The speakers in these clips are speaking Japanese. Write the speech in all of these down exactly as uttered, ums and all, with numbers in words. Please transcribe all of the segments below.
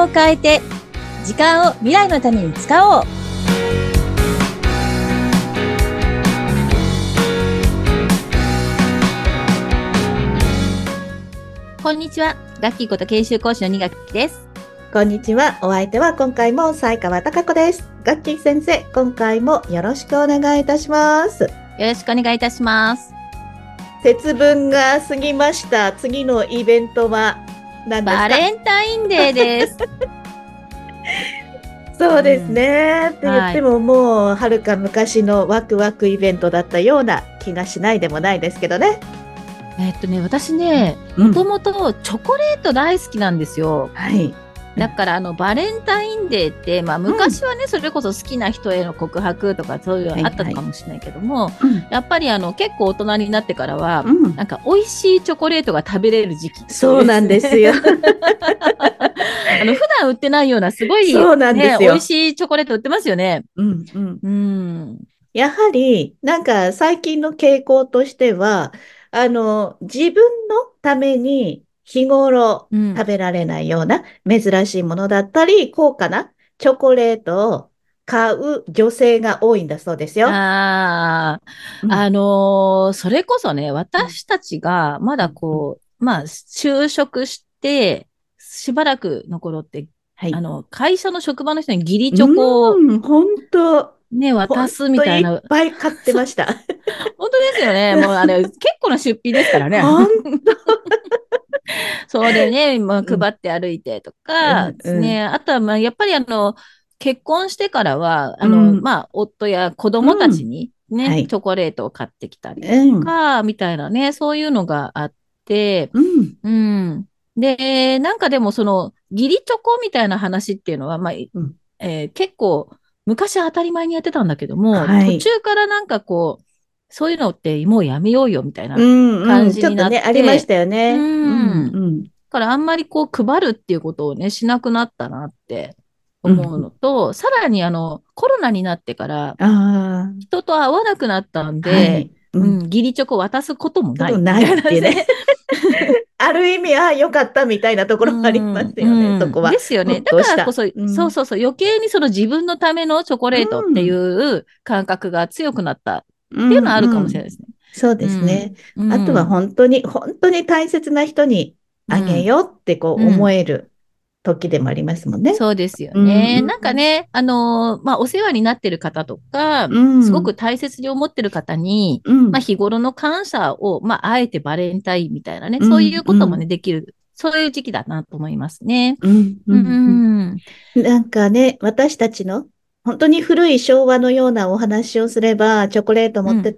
を変えて時間を未来のために使おう。こんにちは、ガッキーこと研修講師のにがきです。 こんにちは。お相手は今回も西川貴子です。ガッキー先生、今回もよろしくお願いいたします。よろしくお願いいたします。 節分が過ぎました。次のイベントは何ですか？ バレンタインデーです。 そうですね、うん、って言っても、はい、もうはるか昔のワクワクイベントだったような気がしないでもないですけどね。 えっとね、私ね、もともとチョコレート大好きなんですよ。 はい。 だからあのバレンタインデーって、まあ、昔はね、うん、それこそ好きな人への告白とかそういうのあったのかもしれないけども、はいはい、やっぱりあの結構大人になってからは、うん、なんか美味しいチョコレートが食べれる時期、ね、 そうなんですよ。 あの普段売ってないようなすごい、ね、 そうなんですよ。 美味しいチョコレート売ってますよね。 うんうんうん、やはりなんか最近の傾向としてはあの自分のために日頃食べられないような珍しいものだったり、うん、高価なチョコレートを買う女性が多いんだそうですよ。 ああ、うん、あのー、それこそね、私たちがまだこう、うん、まあ、就職してしばらくの頃って、はい、あの、会社の職場の人に義理チョコを、 うん、本当ね、渡すみたいな。 いっぱい買ってました。 本当ですよね。もうあれ、結構な出費ですからね。 本当そうでね、まあ、配って歩いてとかですね。うんうん、あとは、まあ、やっぱりあの、結婚してからは、あの、うん、まあ、夫や子供たちにね、うんはい、チョコレートを買ってきたりとか、うん、みたいなね、そういうのがあって、うん、うん。で、なんかでもその、義理チョコみたいな話っていうのは、まあ、うんえー、結構、昔は当たり前にやってたんだけども、はい、途中からなんかこう、そういうのってもうやめようよみたいな感じになって、うんうん、ちょっとね、 ありましたよね。 うん。うん、だからあんまりこう配るっていうことをね、しなくなったなって思うのと、うん、さらにあの、コロナになってから、人と会わなくなったんで、はいうん、義理チョコ渡すこともないみたいなってね。 ある意味、ああ、よかったみたいなところもありますよね、うん、そこは。 ですよね。だからこそ、うん、そうそうそう、余計にその自分のためのチョコレートっていう感覚が強くなったっていうのはあるかもしれないですね。うんうん、 そうですね、うん。あとは本当に、本当に大切な人にあげようってこう思える時でもありますもんね。 そうですよね。うんうん、なんかね、あのー、まあ、お世話になってる方とか、うん、すごく大切に思ってる方に、うん、まあ、日頃の感謝を、まあ、あえてバレンタインみたいなね、うん、そういうこともね、できる、そういう時期だなと思いますね。 うんうんうん、なんかね、私たちの本当に古い昭和のようなお話をすれば、チョコレート持ってって、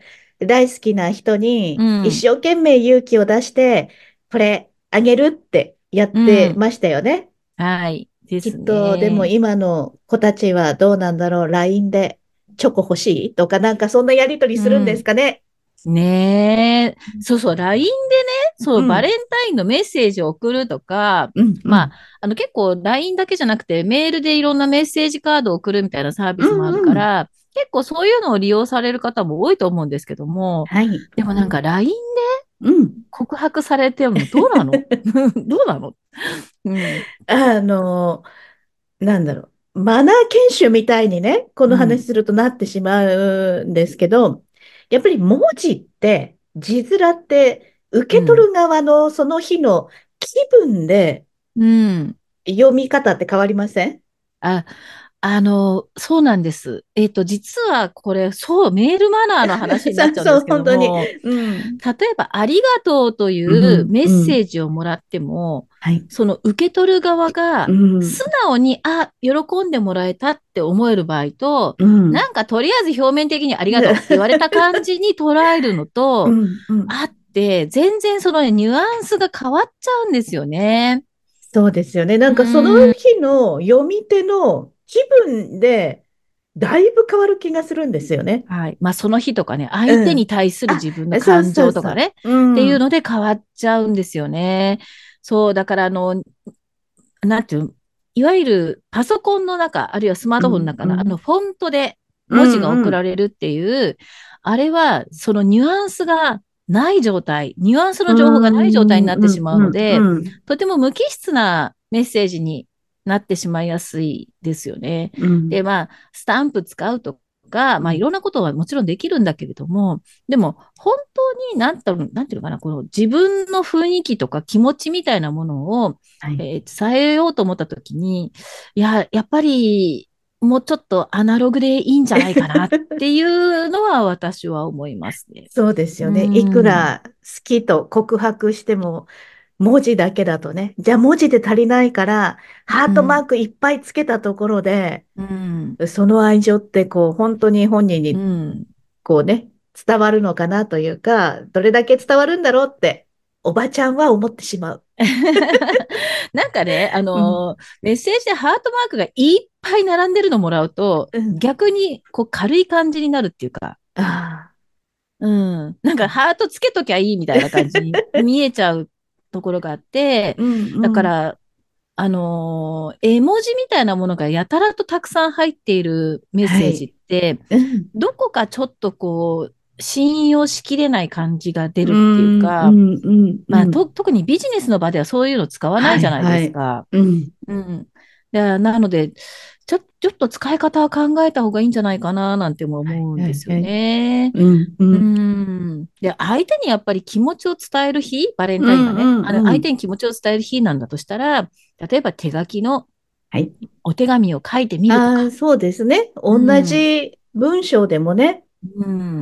大好きな人に一生懸命勇気を出して、これあげるってやってましたよね。 はい。ですね。 きっと、でも今の子たちはどうなんだろう。ライン でチョコ欲しいとか、なんかそんなやりとりするんですかね。 うん、ねえ。そうそう、ライン でね、そう、うん、バレンタインのメッセージを送るとか、うんうん、まあ、あの結構 ライン だけじゃなくて、メールでいろんなメッセージカードを送るみたいなサービスもあるから、うんうん、結構そういうのを利用される方も多いと思うんですけども、はい、でもなんか ライン で告白されてもどうなのどうなの、 うん、あの、なんだろう。マナー研修みたいにね、この話するとなってしまうんですけど、うん、やっぱり文字って、字面って、受け取る側のその日の気分で、読み方って変わりません？うん、 あ、あの、そうなんです。えっと、実はこれ、そう、メールマナーの話になっちゃうんですけども、そう本当に、うん、例えば、ありがとうというメッセージをもらっても、うんうん、その受け取る側が、素直に、うん、あ、喜んでもらえたって思える場合と、うん、なんかとりあえず表面的にありがとうって言われた感じに捉えるのと、うんうん、あって、全然その、ね、ニュアンスが変わっちゃうんですよね。 そうですよね。なんかその日の読み手の気分でだいぶ変わる気がするんですよね。 はい。まあその日とかね、相手に対する自分の感情とかね、っていうので変わっちゃうんですよね。そう、だからあの、なんていう、いわゆるパソコンの中、あるいはスマートフォンの中の、うんうん、あのフォントで文字が送られるっていう、うんうん、あれはそのニュアンスがない状態、ニュアンスの情報がない状態になってしまうので、とても無機質なメッセージになってしまいやすいですよね。 うん。 で、まあ、スタンプ使うとか、まあ、いうん。 ろんなことはもちろんできるんだけれども、でも、本当になんていうの、なんていうのかな、この自分の雰囲気とか気持ちみたいなものを、 はい。 えー伝えようと思ったときに、いや、やっぱり、もうちょっとアナログでいいんじゃないかなっていうのは私は思いますね。 そうですうよね。いくん。 ら好きと告白しても、文字だけだとね。じゃあ文字で足りないから、ハートマーうん。 クいっぱいつけたところで、 うん。 その愛情ってこう、本当に本人うにん。 こうね、伝わるのかなというか、どれだけ伝わるんだろうって、おばちゃんは思ってしまう。 なんかね、あうん。 のーメッセージでハートマークがいっぱい並んでるのもらうと、 うん。 逆にこう軽い感じになるっていうか、 あうん。なんあ。 かハートつけときゃいいみたいな感じに見えちゃうところがあって、 うんうん。 だから、あのー絵文字みたいなものがやたらとたくさん入っているメッセージっはい。 て、 うん。 どこかちょっとこう、信用しきれない感じが出うるっていうんうか、 んうんまあ、と、 うん。 特にビジネスの場ではそういうの使わないはいじゃないではい。 すか。 うん。 うん。で、なので、ちょ、ちょっと使い方は考えた方がいいんじゃないかな、なんてもはい思うんですよはいはい。 ね。 うんううん。 ん。で、相手にやっぱり気持ちを伝える日、バレンうんうタインがね、あの、 んうん。 相手に気持ちを伝える日なんだとしたら、例えば手書きのはい。 お手紙を書いてみるとああ、 か。 そうですね。 う同ん。 じ文章でもね、 うん。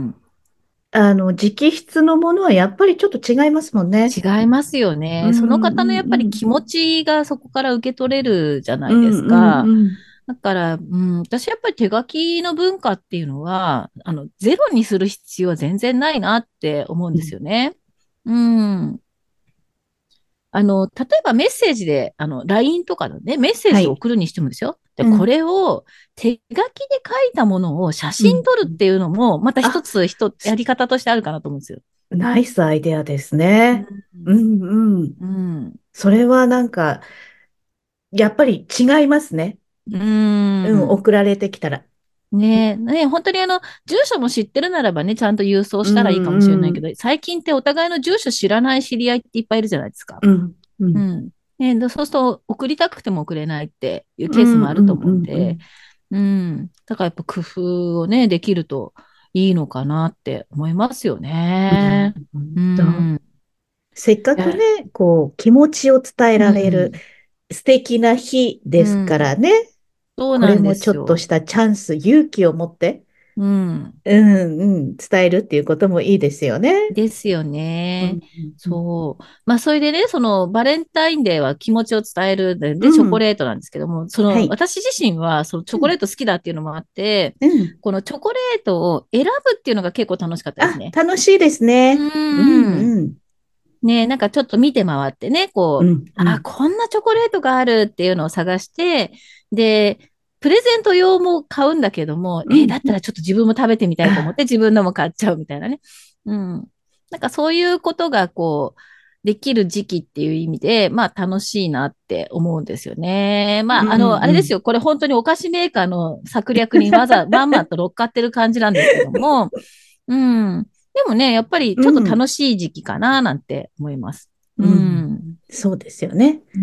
あの、直筆のものはやっぱりちょっと違いますもんね。 違いますようね。そのんう方のやっぱりんうん。 気持ちがそこから受け取れるじゃなうんいですうんか。 うん。 だから、うん、私やっぱり手書きの文化っていうのは、あの、ゼロにする必要は全然ないなって思うんですよね。うん。あの、例えばメッセージで、あの、ライン とかのね、メッセーはい。 ジを送るにしてもですよ。で、 うん。 これを手書きで書いたものを写うん。 真撮るっていうのも、また一あ、 つ、一つやり方としてあるかなと思うんですよ。 ナイスアイデアですうね。うん。 んうん。 うん。 それはなんか、やっぱり違いますね。 ううん、 ん。 送られてきたら。 ねえ、ねえ、本当にあの、住所も知ってるならばね、ちゃんと郵送うしたらいいかもしれないんうん。 けど、最近ってお互いの住所知らない知り合いっていっぱいいるじゃないですか。 うんうん。 うん。ねえ、でそうすると、送りたくても送れないっていうケースうんうんもあると思うんで、 うんうん。 うん。だからやっぱ工夫をね、できるといいのかなって思いますようん、 ね。 本う当。 ん。 せっかくね、 いや、 こう、気持ちを伝えうられるん。 素敵な日うですからん。 ね。これそうなんでもちょっとすよ。 したチャンス、勇気を持って、 うん。 うんうん、伝えるっていうこともいいですよね。 ですようんね。 うんそう。まあ、それでね、そのバレンタインデーは気持ちを伝えるで、で、チョうん。うん。 コレートなんですけども、その、 はい。 私自身は、そのチョコレート好きだっていうのもあって、 うん。 このチョコレートを選ぶっていうのが結構楽しかったですあ、 ね。 楽しいですうね。うんーん。 うん。 ね、なんかちょっと見て回ってね、こう、 うんうあ、 ん。 こんなチョコレートがあるっていうのを探して、で、プレゼント用も買うんだけども、えーだうん。 ったらちょっと自分も食べてみたいと思っあ、 て自分のも買っちゃうみたいなね。うん。なんかそういうことがこう、できる時期っていう意味で、まあ楽しいなって思うんですよね。 うまあ、あの、あんうん。 れですよ。これ本当にお菓子メーカーの策略にわざ、まんまと乗っかってる感じなんですけども、うん。でもね、やっぱりちょっとうん。 楽しい時期かななんて思います。ううん。 ん。 そうですよね。 うん。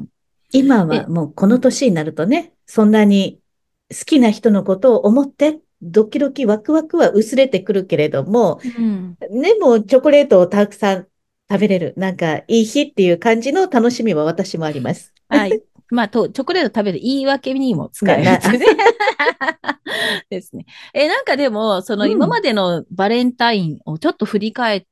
今はえ、 もうこうん。 の年になるとね、そんなに好きな人のことを思って、ドキドキワクワクは薄れてくるけれども、 うん。 でもチョコレートをたくさん食べれる、なんかいい日っていう感じの楽しみは私もあります。 はい。まあ、と、チョコレート食べる言い訳にも使な、 えるっな、あ、 てね。ですね。え、なんかでも、その今まうん。 でのバレンタインをちょっと振り返って、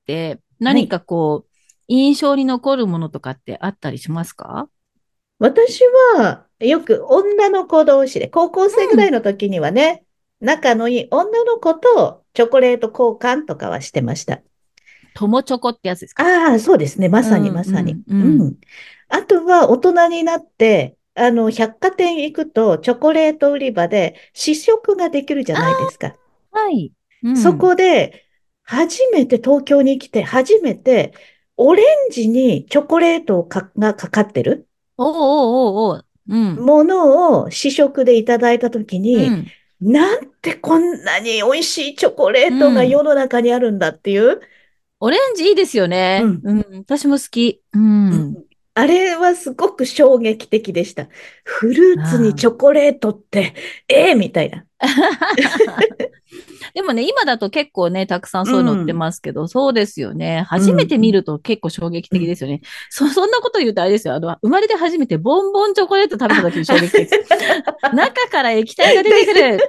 何はい。 かこう、印象に残るものとかってあったりしますか？ 私はよく女の子同士で、高校生ぐうん。 らいの時にはね、仲のいい女の子とチョコレート交換とかはしてました。 友チョコってやつですか？ ああ、そうですね。まさにうん、 まさに。 うん、ううん。 ん。あとは大人になって、あの、百貨店行くとチョコレート売り場で試食ができるじゃないですか。 はい。うそん。 こで、初めて東京に来て、初めて、オレンジにチョコレートかがかかってるおうおうおうおう。うん。 ものを試食でいただいたときに、 うん。 なんてこんなに美味しいチョコレうートが世ん。 の中にあるんだっていう、 オレンジいいですよね。 うん、 うん。私も好き。ううん、 ん。 あれはすごく衝撃的でした。フルーツにチョコレートって、ええみたいな。 でもね、今だと結構ね、たくさんうそういうの売ってん。 ますけど、そうですよね。 うん。 初めて見ると結構衝撃うん。 的ですよね。そ、そんなこと言うとあれですよ。あの、生まれて初めてボンボンチョコレート食べたあ、 時に衝撃的です。中から液体が出てくる。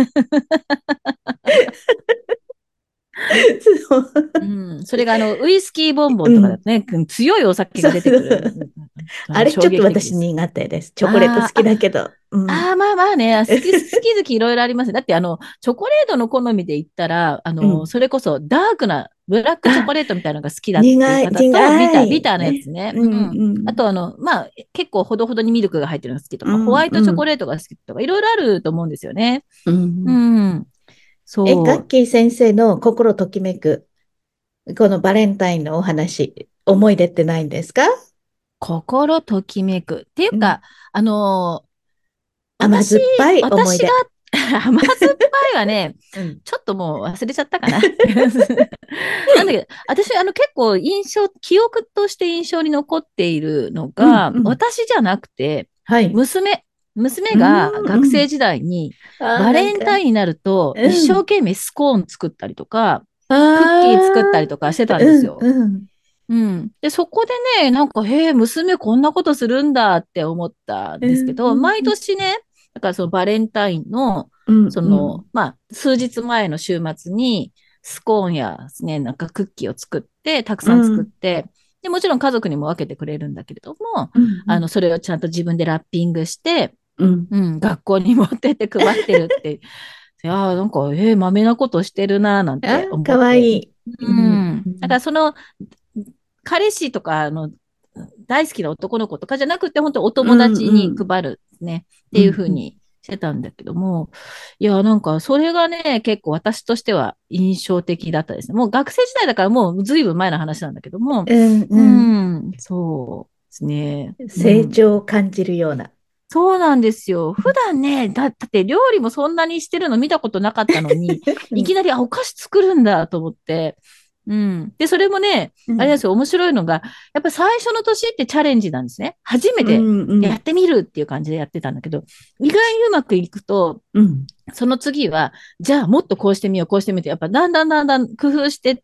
そう。 うん、それがあの、ウイスキーボンボンとかだうん。 とね、強いお酒そうが出てくる。 そうあの、 あれちょ衝っと私撃的です。 苦手です。チョコレート好きあーあ、 だけど。うん。 ああ、まあまあね、好き、好き好きいろいろあります。だって、あの、チョコレートの好みで言ったら、あの、 うん。 それこそダークなブラックチョあ、 コレートみたいなのが好きだっていう苦い、 方と、ビター、ビ苦い。 ターなやつね。 ね。 うん、 うん。 うん。 あと、あの、まあ、結構ほどほどにミルクが入ってるのが好きとか、ホワうん、 イトチョコうん。 レートが好きとか、いろいろあると思うんですよね。 ううん。 ん。 え、ガッそう。 キー先生の心ときめく、このバレンタインのお話、思い出ってないんですか？ 心ときめく。っていううん。 か、あの甘私、 酸っぱい思い私が、 出。 甘酸っぱいはね、 うん。 ちょっともう忘れちゃったかな。なんだけど、私、あの結構印象、記憶として印象に残っているのうん、 が、 うん。 私じゃなくて、 はい。 娘、娘うがん、うん。 学生時代にああ、 バレなんか、 ンタインになると一うん。 生懸命スコーン作ったりとか、 あクッキー作ったあ、 りとかしてたんでうん、 すよ。 うん。 うん。で、そこでね、なんか、へえ、娘こんなことするんだって思ったんうん、 ですけど、 うん、 毎年ね、だからそのバレンタインの、 うん、 その、 うん。 まあ、数日前の週末に、スコーンやね、なんかクッキーを作って、たくさん作っうん、 て、で、もちろん家族にも分けてくれるんだけれども、 うん、うん。 あの、それをちゃんと自分でラッピングして、 うん。 うん、学校に持ってって配ってるって、いやー、なんか、えー、まめなことしてるなーなんてああ、か思って。 わいい。うん、 うん。 うん。 だからその、彼氏とかの大好きな男の子とかじゃなくて、本当お友うん、 達にうん。 配るね、っていううん、うん。 風にしてたんだけども、いや、なんかそれがね、結構私としては印象的だったですね。もう学生時代だからもうずいぶん前の話なんだけども、 うん、 ううん。 ん、そうですね。う成ん。 長を感じるような。 そうなんですよ。普段ね、だ、だって料理もそんなにしてるの見たことなかったのに、 うん、 いきなり、あ、お菓子作るんだと思って。うん。で、それもね、 うん、 あれなんですよ、面白いのが、やっぱ最初の年ってチャレンジなんですね。初めてうん、うん。 やってみるっていう感じでやってたんだけど、意外にうまくいくと、 うん、 その次は、じゃあもっとこうしてみよう、こうしてみようって、やっぱだんだんだんだん工夫してって、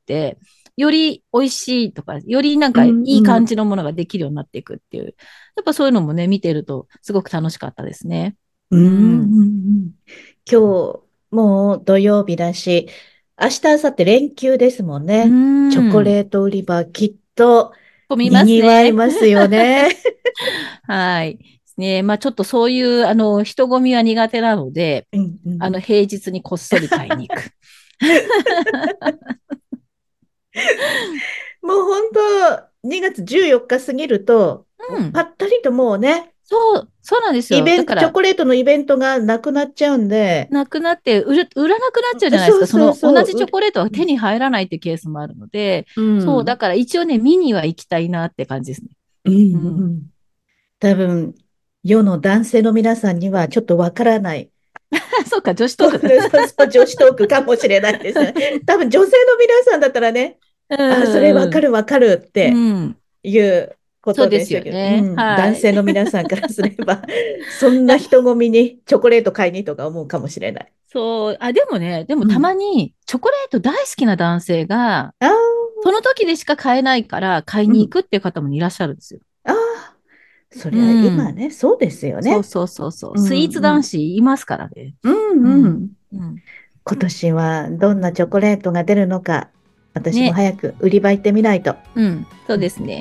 より美味しいとか、よりなんかいうん、 いうん。 感じのものができるようになっていくっていう。やっぱそういうのもね、見てるとすごく楽しかったですね。 うん、 うん。 うん。今日、もう土曜日だし、明日、明後日連休ですもんうね。チョコん。 レート売り場、きっと、 混みます賑わいね。 ますよね。 はい。ね、まあちょっとそういう、あの、人混みは苦手なので、 うん、うん。 あの、平日にこっそり買いに行く。 もう本当、にがつじゅうよっか過ぎると、 うん。 ぱったりともうね、 そう、そうなんですよ。 イベント、チョだから、 コレートのイベントがなくなっちゃうんで、 なくなって、売る、売らなくなっちゃうじゃないですか。そそうそうの、同そう、うじチョコレートは手に入らないっていうケースもあるので、 うそう、だん、 から一応ね、見には行きたいなって感じですね。 うん、 うん。 うん。多分、世の男性の皆さんにはちょっとわからない。 そうか、女子トークだ。 このそうそう女子トークかもしれないですね。多分女性の皆さんだったらね、 うあ、それわかん、 るわかるっうてん。うん。 いうことそうですでしょうけど、うよね。 ん、 はい。 男性の皆さんからすれば、そんいや、 な人混みにチョコレート買いにとか思うかもしれない。 そう、あ、でもね、でもたうん。 まにチョコレート大好きな男性が、 ああ、 その時でしか買えないから買いうん。 に行くっていう方もいらっしゃるんですよ。 ああ、そうりゃ今ん。 ね、そうですよね。 そうそうそうそう。 うスイーツ男んうん。 子いますからね。 ううん。 んうん。 うん。 今年はどんなチョコレートが出るのか、私もね。 早く売り場行ってみないと。 うん。そうですね。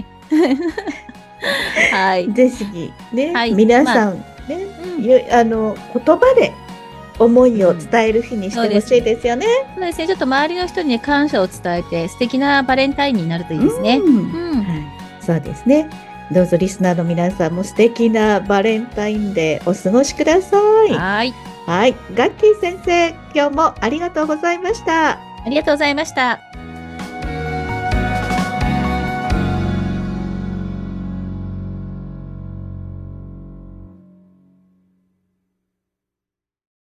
はい。 ぜひね、 はい。まあ、 皆さんね、 うん。 ゆあの、言葉で思いをうん。 伝える日にしてほしいそうですね。 ですよね。 そうですね。ちょっと周りの人にね、感謝を伝えて、素敵なバレンタインになるといいですね。 うん。 うん。 はい。そうですね。どうぞリスナーの皆さんも素敵なバレンタインデーお過ごしください。 はい。 はい。ガッキー先生、今日もありがとうございました。 ありがとうございました。